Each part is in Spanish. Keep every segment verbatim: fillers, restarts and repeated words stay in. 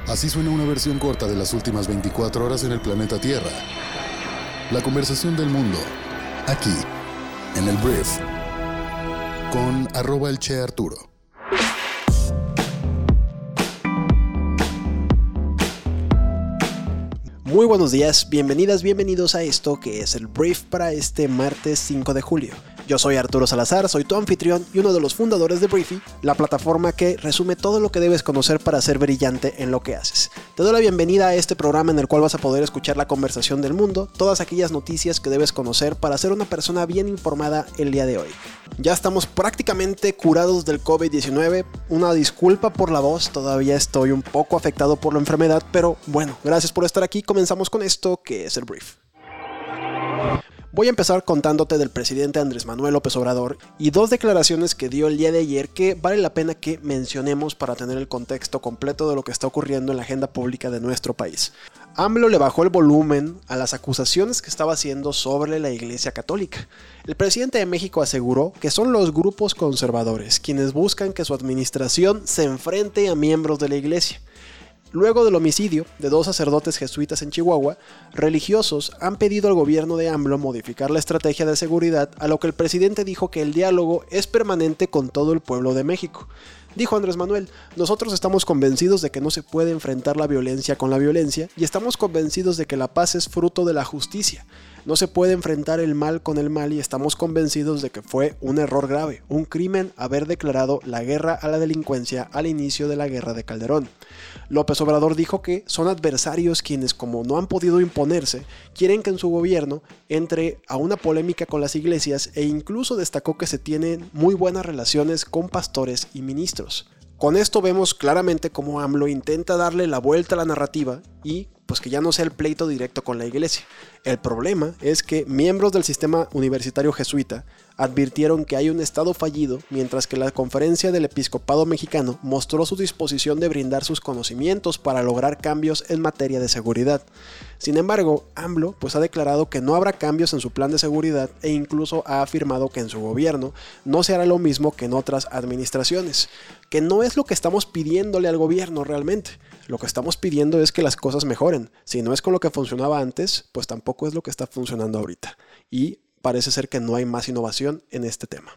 Así suena una versión corta de las últimas veinticuatro horas en el planeta Tierra. La conversación del mundo, aquí, en el Brief, con arroba el Che Arturo. Muy buenos días, bienvenidas, bienvenidos a esto que es el Brief para este martes cinco de julio. Yo soy Arturo Salazar, soy tu anfitrión y uno de los fundadores de Briefy, la plataforma que resume todo lo que debes conocer para ser brillante en lo que haces. Te doy la bienvenida a este programa en el cual vas a poder escuchar la conversación del mundo, todas aquellas noticias que debes conocer para ser una persona bien informada el día de hoy. Ya estamos prácticamente curados del covid diecinueve, una disculpa por la voz, todavía estoy un poco afectado por la enfermedad, pero bueno, gracias por estar aquí, comenzamos con esto que es el Brief. Voy a empezar contándote del presidente Andrés Manuel López Obrador y dos declaraciones que dio el día de ayer que vale la pena que mencionemos para tener el contexto completo de lo que está ocurriendo en la agenda pública de nuestro país. AMLO le bajó el volumen a las acusaciones que estaba haciendo sobre la Iglesia Católica. El presidente de México aseguró que son los grupos conservadores quienes buscan que su administración se enfrente a miembros de la Iglesia. Luego del homicidio de dos sacerdotes jesuitas en Chihuahua, religiosos han pedido al gobierno de AMLO modificar la estrategia de seguridad, a lo que el presidente dijo que el diálogo es permanente con todo el pueblo de México. Dijo Andrés Manuel, nosotros estamos convencidos de que no se puede enfrentar la violencia con la violencia y estamos convencidos de que la paz es fruto de la justicia. No se puede enfrentar el mal con el mal y estamos convencidos de que fue un error grave, un crimen haber declarado la guerra a la delincuencia al inicio de la guerra de Calderón. López Obrador dijo que son adversarios quienes, como no han podido imponerse, quieren que en su gobierno entre a una polémica con las iglesias e incluso destacó que se tienen muy buenas relaciones con pastores y ministros. Con esto vemos claramente cómo AMLO intenta darle la vuelta a la narrativa y pues que ya no sea el pleito directo con la iglesia. El problema es que miembros del sistema universitario jesuita advirtieron que hay un estado fallido, mientras que la Conferencia del Episcopado Mexicano mostró su disposición de brindar sus conocimientos para lograr cambios en materia de seguridad. Sin embargo, AMLO pues ha declarado que no habrá cambios en su plan de seguridad e incluso ha afirmado que en su gobierno no se hará lo mismo que en otras administraciones, que no es lo que estamos pidiéndole al gobierno realmente. Lo que estamos pidiendo es que las cosas mejoren. Si no es con lo que funcionaba antes, pues tampoco es lo que está funcionando ahorita. Y parece ser que no hay más innovación en este tema.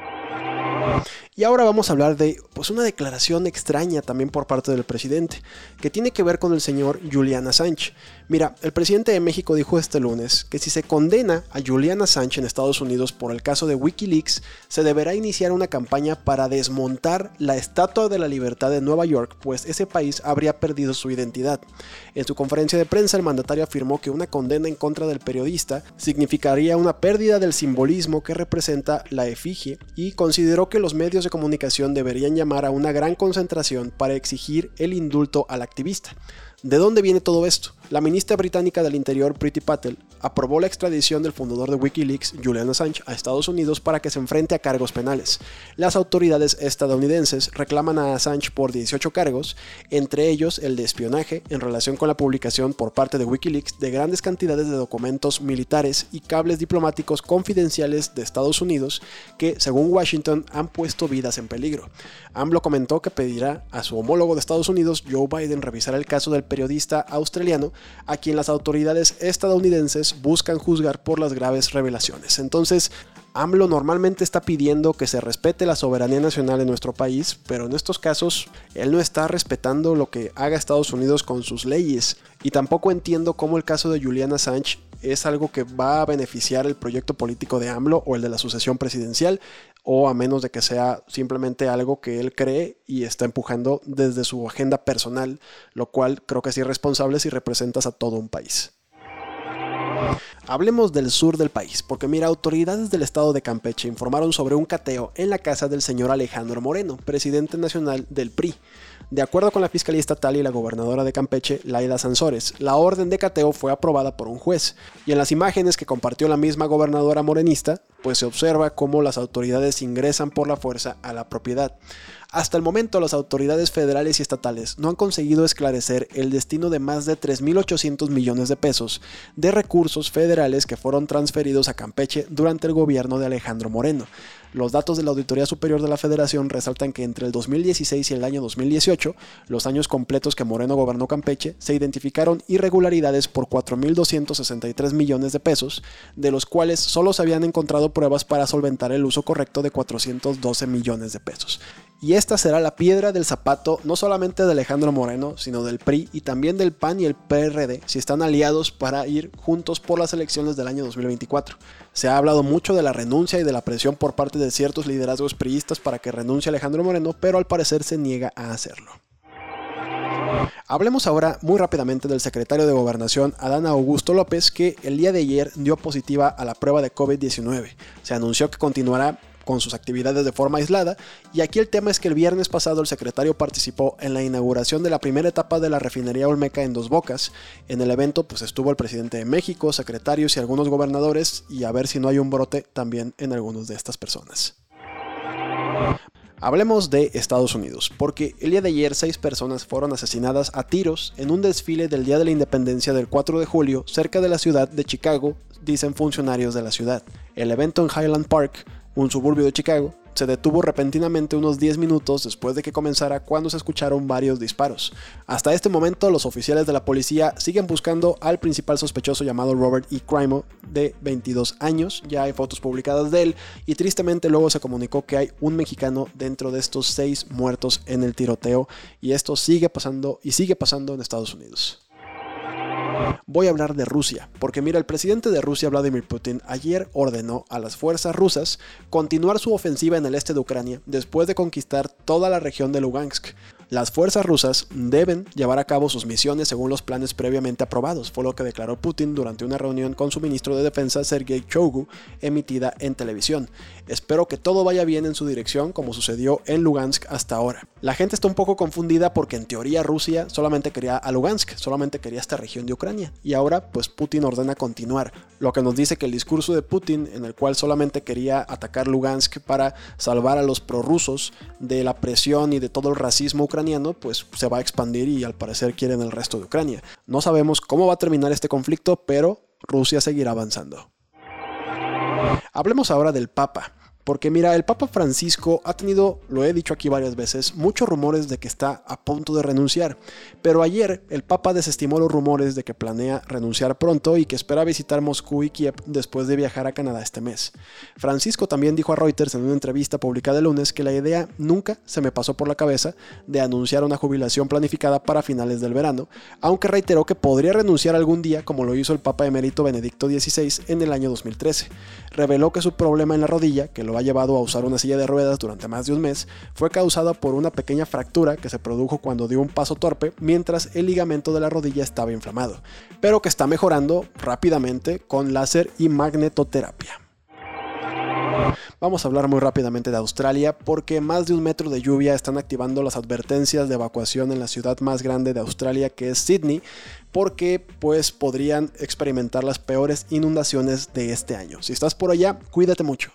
Y ahora vamos a hablar de pues, una declaración extraña también por parte del presidente, que tiene que ver con el señor Julian Assange. Mira, el presidente de México dijo este lunes que si se condena a Julian Assange en Estados Unidos por el caso de Wikileaks, se deberá iniciar una campaña para desmontar la Estatua de la Libertad de Nueva York, pues ese país habría perdido su identidad. En su conferencia de prensa, el mandatario afirmó que una condena en contra del periodista significaría una pérdida del simbolismo que representa la efigie y consideró que los medios de comunicación deberían llamar a una gran concentración para exigir el indulto al activista. ¿De dónde viene todo esto? La ministra británica del Interior, Priti Patel, aprobó la extradición del fundador de Wikileaks, Julian Assange, a Estados Unidos para que se enfrente a cargos penales. Las autoridades estadounidenses reclaman a Assange por dieciocho cargos, entre ellos el de espionaje en relación con la publicación por parte de Wikileaks de grandes cantidades de documentos militares y cables diplomáticos confidenciales de Estados Unidos que, según Washington, han puesto vidas en peligro. AMLO comentó que pedirá a su homólogo de Estados Unidos, Joe Biden, revisar el caso del periodista australiano, a quien las autoridades estadounidenses buscan juzgar por las graves revelaciones. Entonces, AMLO normalmente está pidiendo que se respete la soberanía nacional en nuestro país, pero en estos casos él no está respetando lo que haga Estados Unidos con sus leyes. Y tampoco entiendo cómo el caso de Julian Assange es algo que va a beneficiar el proyecto político de AMLO o el de la sucesión presidencial, o a menos de que sea simplemente algo que él cree y está empujando desde su agenda personal, lo cual creo que es irresponsable si representas a todo un país. Hablemos del sur del país, porque mira, autoridades del estado de Campeche informaron sobre un cateo en la casa del señor Alejandro Moreno, presidente nacional del P R I. De acuerdo con la Fiscalía Estatal y la gobernadora de Campeche, Laida Sansores, la orden de cateo fue aprobada por un juez, y en las imágenes que compartió la misma gobernadora morenista, pues se observa cómo las autoridades ingresan por la fuerza a la propiedad. Hasta el momento, las autoridades federales y estatales no han conseguido esclarecer el destino de más de tres mil ochocientos millones de pesos de recursos federales que fueron transferidos a Campeche durante el gobierno de Alejandro Moreno. Los datos de la Auditoría Superior de la Federación resaltan que entre el dos mil dieciséis y el año dos mil dieciocho, los años completos que Moreno gobernó Campeche, se identificaron irregularidades por cuatro mil doscientos sesenta y tres millones de pesos, de los cuales solo se habían encontrado pruebas para solventar el uso correcto de cuatrocientos doce millones de pesos. Y esta será la piedra del zapato no solamente de Alejandro Moreno, sino del P R I y también del P A N y el P R D, si están aliados para ir juntos por las elecciones del año dos mil veinticuatro. Se ha hablado mucho de la renuncia y de la presión por parte de ciertos liderazgos priistas para que renuncie Alejandro Moreno, pero al parecer se niega a hacerlo. Hablemos ahora muy rápidamente del secretario de Gobernación, Adán Augusto López, que el día de ayer dio positiva a la prueba de COVID diecinueve. Se anunció que continuará con sus actividades de forma aislada, y aquí el tema es que el viernes pasado el secretario participó en la inauguración de la primera etapa de la refinería Olmeca en Dos Bocas. En el evento pues estuvo el presidente de México, secretarios y algunos gobernadores, y a ver si no hay un brote también en algunos de estas personas. Hablemos de Estados Unidos, porque el día de ayer seis personas fueron asesinadas a tiros en un desfile del Día de la Independencia del cuatro de julio cerca de la ciudad de Chicago, dicen funcionarios de la ciudad. El evento en Highland Park, un suburbio de Chicago, se detuvo repentinamente unos diez minutos después de que comenzara, cuando se escucharon varios disparos. Hasta este momento, los oficiales de la policía siguen buscando al principal sospechoso llamado Robert E. Crimo, de veintidós años. Ya hay fotos publicadas de él y tristemente luego se comunicó que hay un mexicano dentro de estos seis muertos en el tiroteo, y esto sigue pasando y sigue pasando en Estados Unidos. Voy a hablar de Rusia, porque mira, el presidente de Rusia, Vladimir Putin, ayer ordenó a las fuerzas rusas continuar su ofensiva en el este de Ucrania después de conquistar toda la región de Lugansk. Las fuerzas rusas deben llevar a cabo sus misiones según los planes previamente aprobados, fue lo que declaró Putin durante una reunión con su ministro de Defensa, Sergei Shoigu, emitida en televisión. Espero que todo vaya bien en su dirección, como sucedió en Lugansk hasta ahora. La gente está un poco confundida porque en teoría Rusia solamente quería a Lugansk, solamente quería esta región de Ucrania, y ahora pues Putin ordena continuar, lo que nos dice que el discurso de Putin, en el cual solamente quería atacar Lugansk para salvar a los prorrusos de la presión y de todo el racismo ucraniano, pues se va a expandir y al parecer quieren el resto de Ucrania. No sabemos cómo va a terminar este conflicto, pero Rusia seguirá avanzando. Hablemos ahora del Papa. Porque mira, el Papa Francisco ha tenido, lo he dicho aquí varias veces, muchos rumores de que está a punto de renunciar. Pero ayer el Papa desestimó los rumores de que planea renunciar pronto y que espera visitar Moscú y Kiev después de viajar a Canadá este mes. Francisco también dijo a Reuters en una entrevista publicada el lunes que la idea nunca se me pasó por la cabeza de anunciar una jubilación planificada para finales del verano, aunque reiteró que podría renunciar algún día como lo hizo el Papa emérito Benedicto dieciséis en el año dos mil trece. Reveló que su problema en la rodilla, que lo ha llevado a usar una silla de ruedas durante más de un mes, fue causada por una pequeña fractura que se produjo cuando dio un paso torpe mientras el ligamento de la rodilla estaba inflamado, pero que está mejorando rápidamente con láser y magnetoterapia. Vamos a hablar muy rápidamente de Australia, porque más de un metro de lluvia están activando las advertencias de evacuación en la ciudad más grande de Australia, que es Sydney, porque pues podrían experimentar las peores inundaciones de este año. Si estás por allá, cuídate mucho.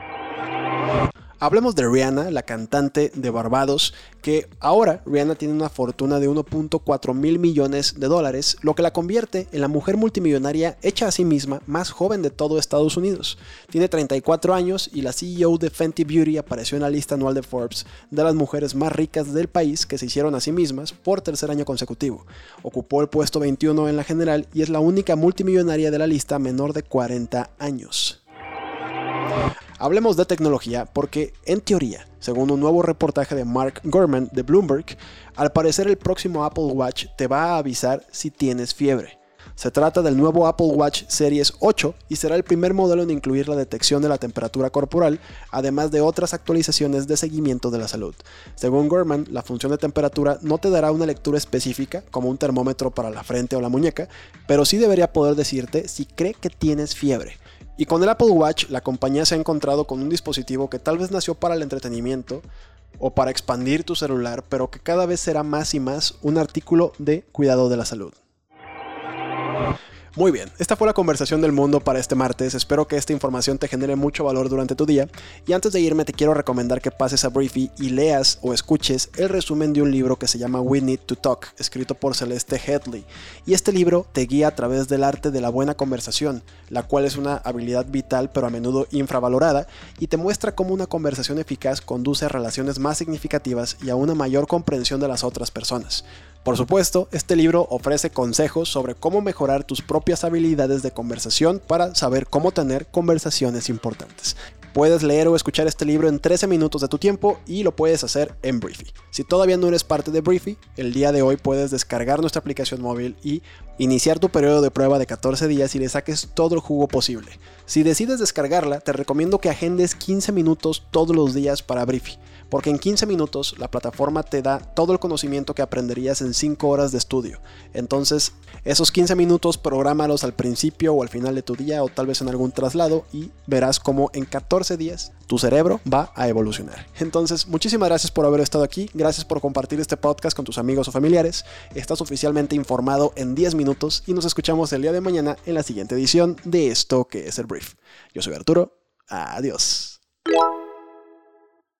Hablemos de Rihanna, la cantante de Barbados, que ahora Rihanna tiene una fortuna de uno punto cuatro mil millones de dólares, lo que la convierte en la mujer multimillonaria hecha a sí misma más joven de todo Estados Unidos. Tiene treinta y cuatro años y la C E O de Fenty Beauty apareció en la lista anual de Forbes de las mujeres más ricas del país que se hicieron a sí mismas por tercer año consecutivo. Ocupó el puesto veintiuno en la general y es la única multimillonaria de la lista menor de cuarenta años. Hablemos de tecnología porque, en teoría, según un nuevo reportaje de Mark Gurman de Bloomberg, al parecer el próximo Apple Watch te va a avisar si tienes fiebre. Se trata del nuevo Apple Watch Series ocho y será el primer modelo en incluir la detección de la temperatura corporal, además de otras actualizaciones de seguimiento de la salud. Según Gurman, la función de temperatura no te dará una lectura específica, como un termómetro para la frente o la muñeca, pero sí debería poder decirte si cree que tienes fiebre. Y con el Apple Watch, la compañía se ha encontrado con un dispositivo que tal vez nació para el entretenimiento o para expandir tu celular, pero que cada vez será más y más un artículo de cuidado de la salud. Muy bien, esta fue la conversación del mundo para este martes. Espero que esta información te genere mucho valor durante tu día. Y antes de irme te quiero recomendar que pases a Briefy y leas o escuches el resumen de un libro que se llama We Need to Talk, escrito por Celeste Headley. Y este libro te guía a través del arte de la buena conversación, la cual es una habilidad vital pero a menudo infravalorada, y te muestra cómo una conversación eficaz conduce a relaciones más significativas y a una mayor comprensión de las otras personas. Por supuesto, este libro ofrece consejos sobre cómo mejorar tus propias habilidades de conversación para saber cómo tener conversaciones importantes. Puedes leer o escuchar este libro en trece minutos de tu tiempo y lo puedes hacer en Briefy. Si todavía no eres parte de Briefy, el día de hoy puedes descargar nuestra aplicación móvil y iniciar tu periodo de prueba de catorce días y le saques todo el jugo posible. Si decides descargarla, te recomiendo que agendes quince minutos todos los días para Briefy, porque en quince minutos la plataforma te da todo el conocimiento que aprenderías en cinco horas de estudio. Entonces, esos quince minutos prográmalos al principio o al final de tu día o tal vez en algún traslado y verás cómo en catorce días tu cerebro va a evolucionar. Entonces, muchísimas gracias por haber estado aquí, gracias por compartir este podcast con tus amigos o familiares. Estás oficialmente informado en diez minutos y nos escuchamos el día de mañana en la siguiente edición de esto que es el Brief. Yo soy Arturo, adiós.